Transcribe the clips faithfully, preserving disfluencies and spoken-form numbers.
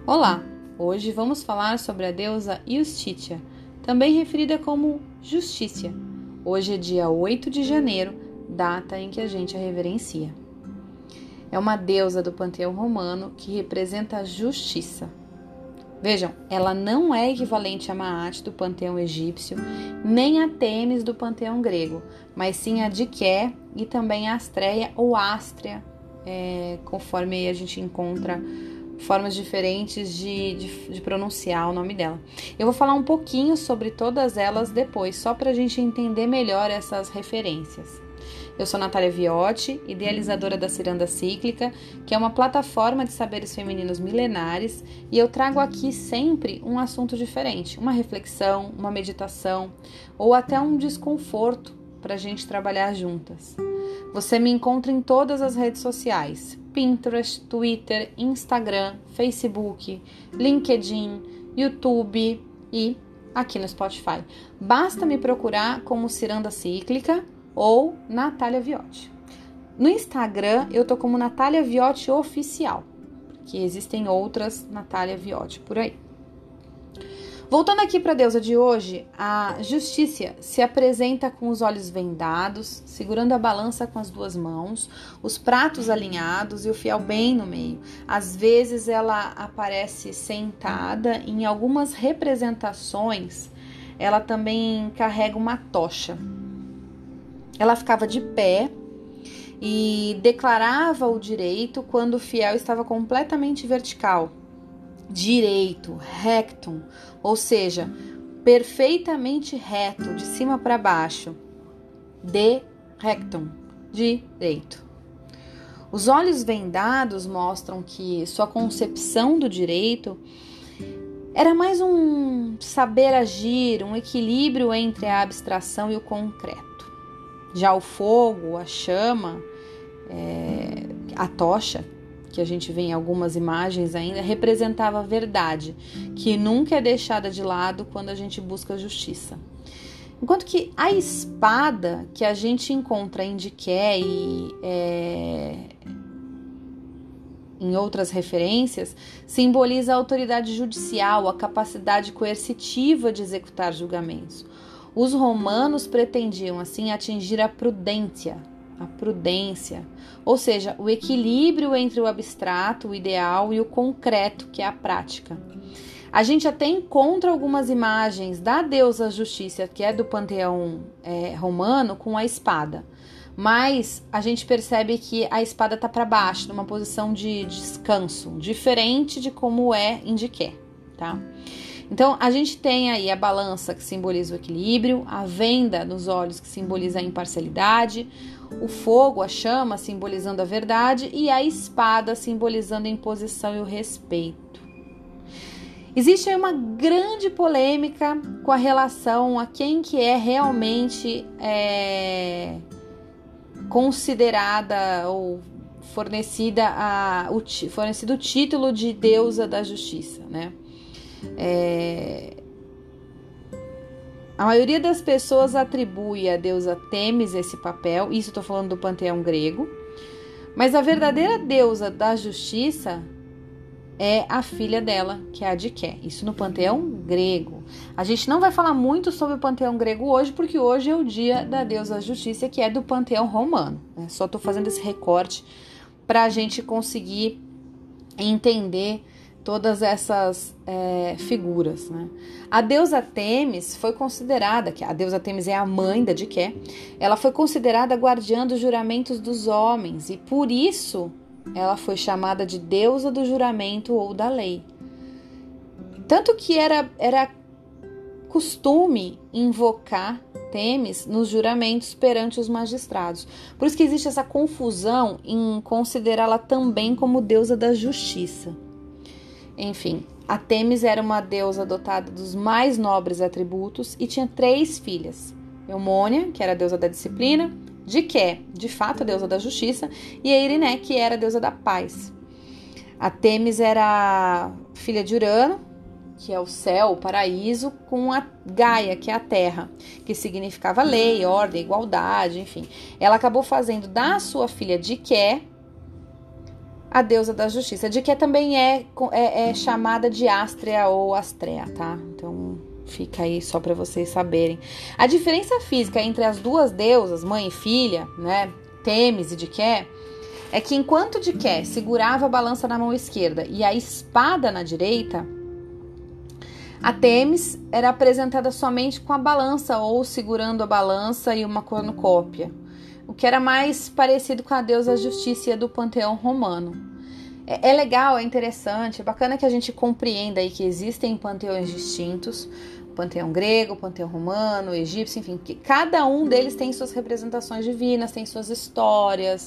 Olá! Hoje vamos falar sobre a deusa Justitia, também referida como Justícia. Hoje é dia oito de janeiro, data em que a gente a reverencia. É uma deusa do panteão romano que representa a justiça. Vejam, ela não é equivalente a Maat do panteão egípcio, nem a Têmis do panteão grego, mas sim a Diké e também a Astréia ou Ástria, é, conforme a gente encontra formas diferentes de, de, de pronunciar o nome dela. Eu vou falar um pouquinho sobre todas elas depois, só para a gente entender melhor essas referências. Eu sou Natália Viotti, idealizadora da Ciranda Cíclica, que é uma plataforma de saberes femininos milenares, e eu trago aqui sempre um assunto diferente, uma reflexão, uma meditação ou até um desconforto para a gente trabalhar juntas. Você me encontra em todas as redes sociais: Pinterest, Twitter, Instagram, Facebook, LinkedIn, YouTube e aqui no Spotify. Basta me procurar como Ciranda Cíclica ou Natália Viotti. No Instagram eu tô como Natália Viotti Oficial, porque existem outras Natália Viotti por aí. Voltando aqui para a deusa de hoje, a Justicia se apresenta com os olhos vendados, segurando a balança com as duas mãos, os pratos alinhados e o fiel bem no meio. Às vezes ela aparece sentada, em algumas representações ela também carrega uma tocha. Ela ficava de pé e declarava o direito quando o fiel estava completamente vertical. Direito, rectum, ou seja, perfeitamente reto, de cima para baixo. De rectum, direito. Os olhos vendados mostram que sua concepção do direito era mais um saber agir, um equilíbrio entre a abstração e o concreto. Já o fogo, a chama, é, a tocha, que a gente vê em algumas imagens ainda, representava a verdade, que nunca é deixada de lado quando a gente busca justiça. Enquanto que a espada, que a gente encontra em Diké e é, em outras referências, simboliza a autoridade judicial, a capacidade coercitiva de executar julgamentos. Os romanos pretendiam, assim, atingir a prudência, a prudência, ou seja, o equilíbrio entre o abstrato, o ideal, e o concreto, que é a prática. A gente até encontra algumas imagens da deusa Justiça, que é do panteão é, romano, com a espada, mas a gente percebe que a espada está para baixo, numa posição de descanso, diferente de como é em Diké, tá? Então, a gente tem aí a balança, que simboliza o equilíbrio, a venda nos olhos, que simboliza a imparcialidade, o fogo, a chama, simbolizando a verdade, e a espada, simbolizando a imposição e o respeito. Existe aí uma grande polêmica com a relação a quem que é realmente é, considerada ou fornecida a, o, fornecido o título de deusa da justiça, né? É... A maioria das pessoas atribui à deusa Têmis esse papel, isso estou falando do panteão grego, mas a verdadeira deusa da justiça é a filha dela, que é a Diké, isso no panteão grego. A gente não vai falar muito sobre o panteão grego hoje, porque hoje é o dia da deusa justiça, que é do panteão romano, né? Só estou fazendo esse recorte para a gente conseguir entender todas essas é, figuras, né? A deusa Têmis foi considerada, que a deusa Têmis é a mãe da Diké, ela foi considerada guardiã dos juramentos dos homens, e por isso ela foi chamada de deusa do juramento ou da lei. Tanto que era, era costume invocar Têmis nos juramentos perante os magistrados. Por isso que existe essa confusão em considerá-la também como deusa da justiça. Enfim, a Têmis era uma deusa dotada dos mais nobres atributos e tinha três filhas: Eumônia, que era a deusa da disciplina, Diké, de fato a deusa da justiça, e a Iriné, que era a deusa da paz. A Têmis era filha de Urano, que é o céu, o paraíso, com a Gaia, que é a terra, que significava lei, ordem, igualdade, enfim. Ela acabou fazendo da sua filha Diké a deusa da justiça. De que também é, é, é chamada de Ástria ou Astrea, tá? Então fica aí só para vocês saberem. A diferença física entre as duas deusas, mãe e filha, né, Temis e Diké, é que enquanto Diké segurava a balança na mão esquerda e a espada na direita, a Temis era apresentada somente com a balança ou segurando a balança e uma cornucópia, o que era mais parecido com a deusa justiça do panteão romano. É, é legal, é interessante, é bacana que a gente compreenda aí que existem panteões distintos, o panteão grego, o panteão romano, o egípcio, enfim, que cada um deles tem suas representações divinas, tem suas histórias.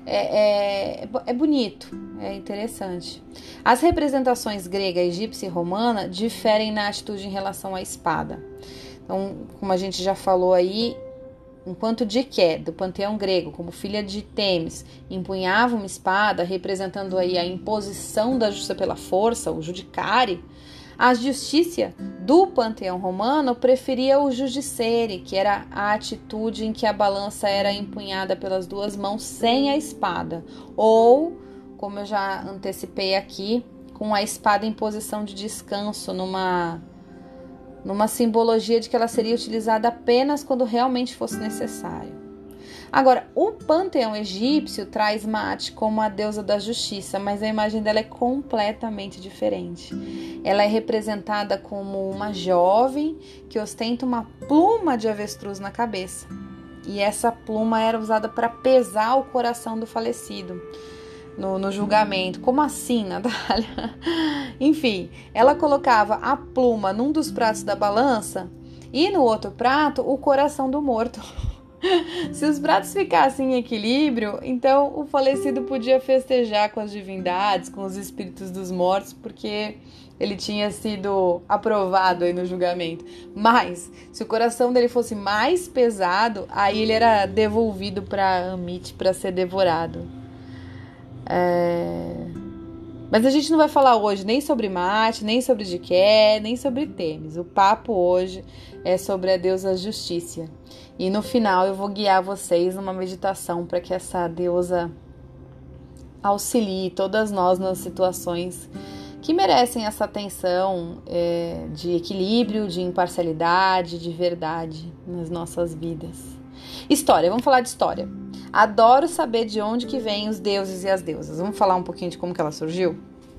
É, é, é bonito, é interessante. As representações grega, egípcia e romana diferem na atitude em relação à espada. Então, como a gente já falou aí, enquanto Diké, do panteão grego, como filha de Temis, empunhava uma espada, representando aí a imposição da justiça pela força, o judicare, a Justicia do panteão romano preferia o judicere, que era a atitude em que a balança era empunhada pelas duas mãos sem a espada, ou, como eu já antecipei aqui, com a espada em posição de descanso, numa, numa simbologia de que ela seria utilizada apenas quando realmente fosse necessário. Agora, o panteão egípcio traz Maat como a deusa da justiça, mas a imagem dela é completamente diferente. Ela é representada como uma jovem que ostenta uma pluma de avestruz na cabeça. E essa pluma era usada para pesar o coração do falecido no, no julgamento. Como assim, Natália? Enfim, ela colocava a pluma num dos pratos da balança e no outro prato o coração do morto. Se os pratos ficassem em equilíbrio, então o falecido podia festejar com as divindades, com os espíritos dos mortos, porque ele tinha sido aprovado aí no julgamento. Mas, se o coração dele fosse mais pesado, aí ele era devolvido para Amit para ser devorado. É... Mas a gente não vai falar hoje nem sobre Maat, nem sobre Diké, nem sobre Temis. O papo hoje é sobre a deusa Justiça. E no final eu vou guiar vocês numa meditação para que essa deusa auxilie todas nós nas situações que merecem essa atenção é, de equilíbrio, de imparcialidade, de verdade nas nossas vidas. História, vamos falar de história. Adoro saber de onde que vêm os deuses e as deusas. Vamos falar um pouquinho de como que ela surgiu?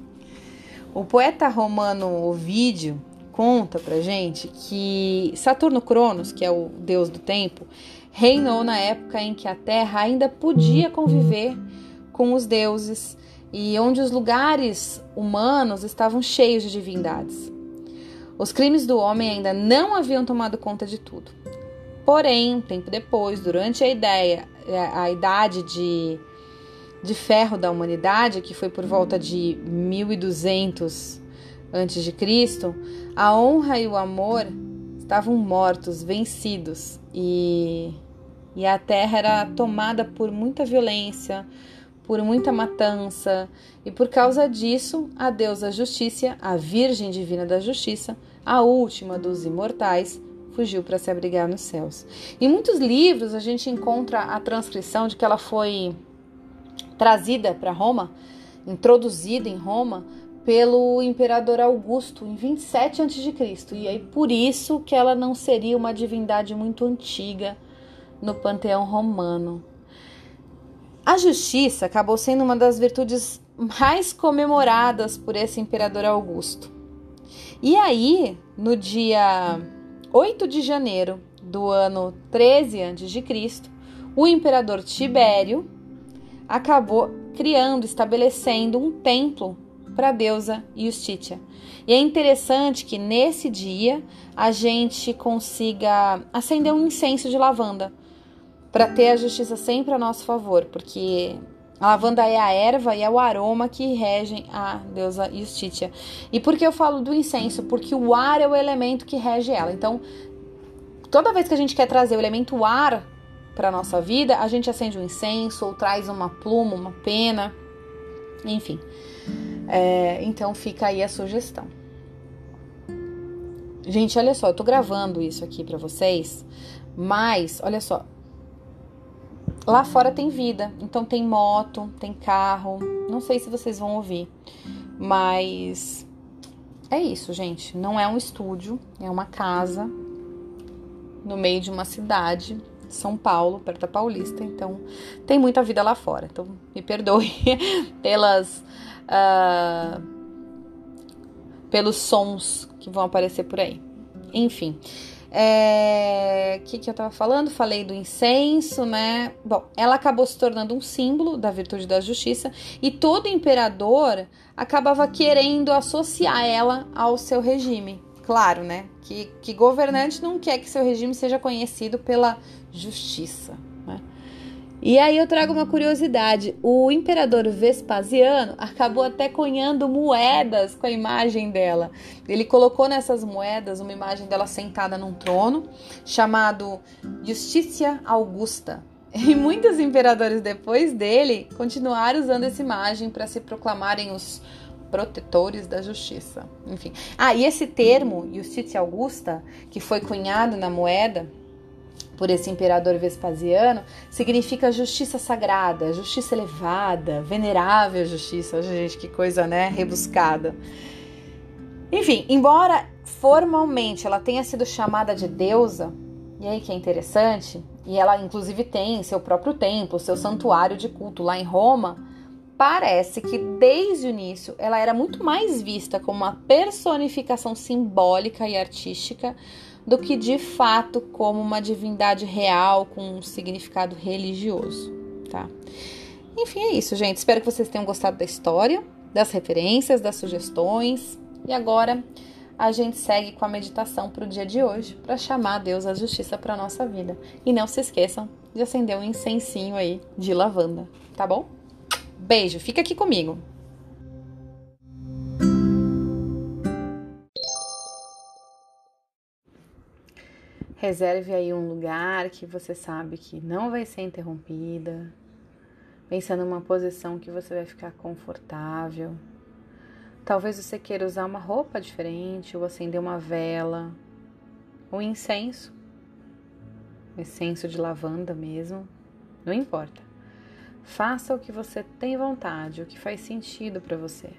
O poeta romano Ovídio conta pra gente que Saturno Cronos, que é o deus do tempo, reinou na época em que a Terra ainda podia conviver com os deuses e onde os lugares humanos estavam cheios de divindades. Os crimes do homem ainda não haviam tomado conta de tudo. Porém, um tempo depois, durante a, ideia, a idade de, de ferro da humanidade, que foi por volta de mil e duzentos antes de Cristo, a honra e o amor estavam mortos, vencidos, e, e a terra era tomada por muita violência, por muita matança, e por causa disso, a deusa Justiça, a Virgem Divina da Justiça, a última dos imortais, fugiu para se abrigar nos céus. Em muitos livros a gente encontra a transcrição de que ela foi trazida para Roma, introduzida em Roma, pelo imperador Augusto em vinte e sete antes de Cristo. E aí por isso que ela não seria uma divindade muito antiga no panteão romano. A justiça acabou sendo uma das virtudes mais comemoradas por esse imperador Augusto. E aí, no dia oito de janeiro do ano treze antes de Cristo, o imperador Tibério acabou criando, estabelecendo um templo para a deusa Justiça. E é interessante que nesse dia a gente consiga acender um incenso de lavanda para ter a justiça sempre a nosso favor, porque a lavanda é a erva e é o aroma que regem a deusa Justiça. E por que eu falo do incenso? Porque o ar é o elemento que rege ela. Então, toda vez que a gente quer trazer o elemento ar para a nossa vida, a gente acende um incenso ou traz uma pluma, uma pena, enfim. É, então fica aí a sugestão. Gente, olha só, eu tô gravando isso aqui para vocês, mas olha só, lá fora tem vida, então tem moto, tem carro, não sei se vocês vão ouvir, mas é isso, gente, não é um estúdio, é uma casa no meio de uma cidade, São Paulo, perto da Paulista, então tem muita vida lá fora, então me perdoe pelas uh, pelos sons que vão aparecer por aí, enfim. É... O que, que eu tava falando? Falei do incenso, né? Bom, ela acabou se tornando um símbolo da virtude da justiça e todo imperador acabava querendo associar ela ao seu regime. Claro, né? Que, que governante não quer que seu regime seja conhecido pela justiça, né? E aí eu trago uma curiosidade, o imperador Vespasiano acabou até cunhando moedas com a imagem dela. Ele colocou nessas moedas uma imagem dela sentada num trono, chamado Justitia Augusta. E muitos imperadores depois dele continuaram usando essa imagem para se proclamarem os protetores da justiça. Enfim. Ah, e esse termo, Justitia Augusta, que foi cunhado na moeda por esse imperador Vespasiano, significa justiça sagrada, justiça elevada, venerável justiça. Gente, que coisa, né? Rebuscada. Enfim, embora formalmente ela tenha sido chamada de deusa, e aí que é interessante, e ela inclusive tem seu próprio templo, seu santuário de culto lá em Roma, parece que desde o início ela era muito mais vista como uma personificação simbólica e artística do que de fato como uma divindade real com um significado religioso, tá? Enfim, é isso, gente. Espero que vocês tenham gostado da história, das referências, das sugestões. E agora a gente segue com a meditação para o dia de hoje, para chamar a Deus a justiça para a nossa vida. E não se esqueçam de acender um incensinho aí de lavanda, tá bom? Beijo, fica aqui comigo. Reserve aí um lugar que você sabe que não vai ser interrompida. Pensa numa posição que você vai ficar confortável. Talvez você queira usar uma roupa diferente ou acender uma vela, um incenso, um incenso de lavanda mesmo, não importa. Faça o que você tem vontade, o que faz sentido para você.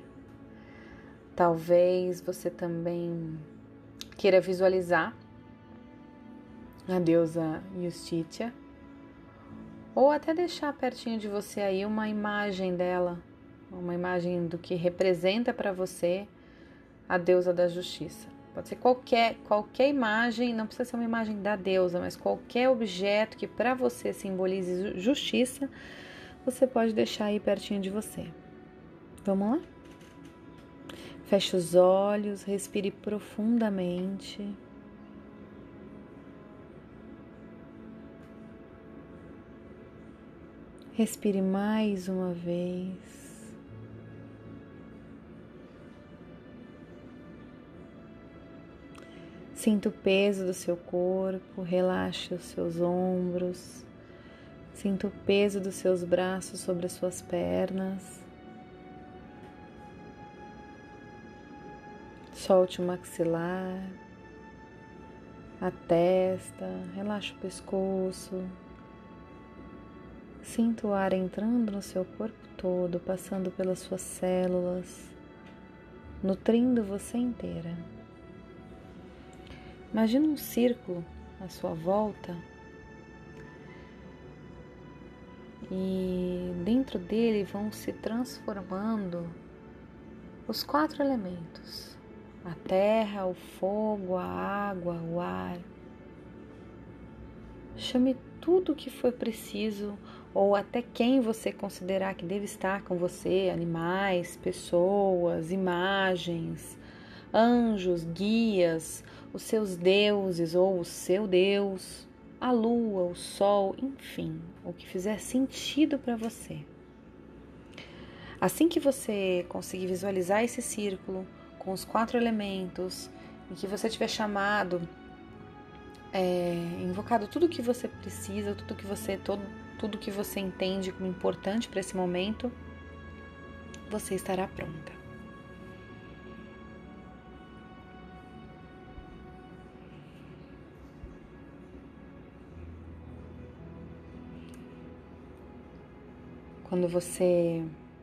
Talvez você também queira visualizar a deusa Justitia, ou até deixar pertinho de você aí uma imagem dela, uma imagem do que representa para você a deusa da justiça. Pode ser qualquer, qualquer imagem, não precisa ser uma imagem da deusa, mas qualquer objeto que para você simbolize justiça, você pode deixar aí pertinho de você. Vamos lá? Feche os olhos, respire profundamente. Respire mais uma vez. Sinta o peso do seu corpo, relaxe os seus ombros. Sinta o peso dos seus braços sobre as suas pernas. Solte o maxilar, a testa, relaxe o pescoço. Sinta o ar entrando no seu corpo todo, passando pelas suas células, nutrindo você inteira. Imagina um círculo à sua volta e dentro dele vão se transformando os quatro elementos: a terra, o fogo, a água, o ar. Chame tudo o que for preciso ou até quem você considerar que deve estar com você, animais, pessoas, imagens, anjos, guias, os seus deuses ou o seu Deus, a lua, o sol, enfim, o que fizer sentido para você. Assim que você conseguir visualizar esse círculo com os quatro elementos, e que você tiver chamado, é, invocado tudo o que você precisa, tudo que você, todo, tudo que você entende como importante para esse momento, você estará pronta. quando você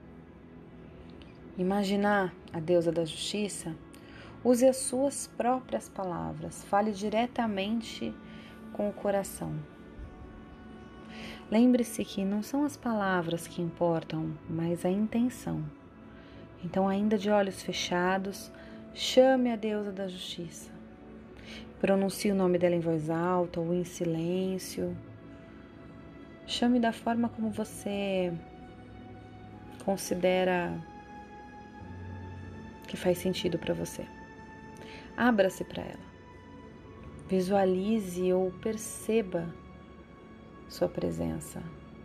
imaginar a deusa da justiça, use as suas próprias palavras, fale diretamente com o coração. Lembre-se que não são as palavras que importam, mas a intenção. Então, ainda de olhos fechados, chame a deusa da justiça. Pronuncie o nome dela em voz alta ou em silêncio. Chame da forma como você considera que faz sentido para você. Abra-se para ela. Visualize ou perceba sua presença.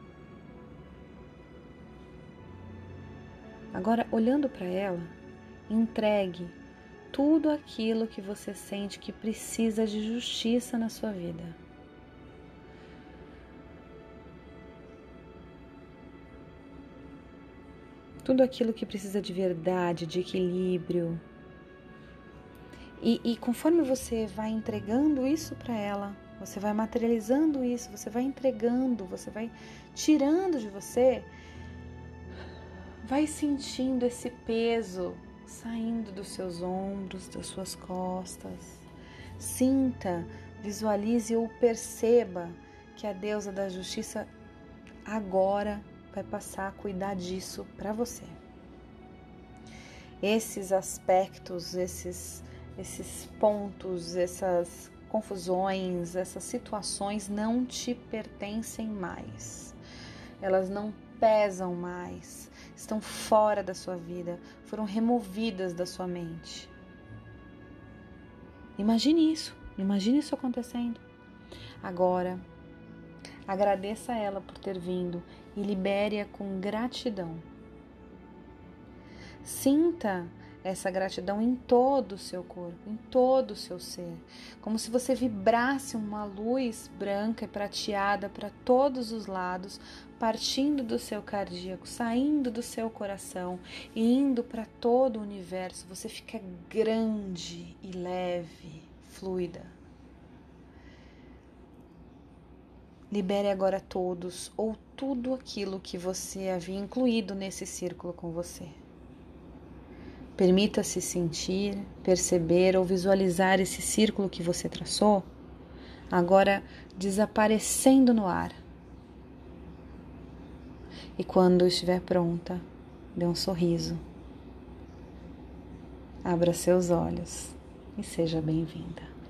Agora, olhando para ela, entregue tudo aquilo que você sente que precisa de justiça na sua vida. Tudo aquilo que precisa de verdade, de equilíbrio. E, e conforme você vai entregando isso para ela, você vai materializando isso, você vai entregando, você vai tirando de você, vai sentindo esse peso saindo dos seus ombros, das suas costas. Sinta, visualize ou perceba que a deusa da justiça agora vai passar a cuidar disso para você. Esses aspectos, esses, esses pontos, essas confusões, essas situações não te pertencem mais. Elas não pesam mais, estão fora da sua vida, foram removidas da sua mente. Imagine isso, imagine isso acontecendo. Agora, agradeça a ela por ter vindo e libere-a com gratidão. Sinta essa gratidão em todo o seu corpo, em todo o seu ser, como se você vibrasse uma luz branca e prateada para todos os lados, partindo do seu cardíaco, saindo do seu coração e indo para todo o universo. Você fica grande e leve, fluida. Libere agora todos ou tudo aquilo que você havia incluído nesse círculo com você. Permita-se sentir, perceber ou visualizar esse círculo que você traçou, agora desaparecendo no ar. E quando estiver pronta, dê um sorriso. Abra seus olhos e seja bem-vinda.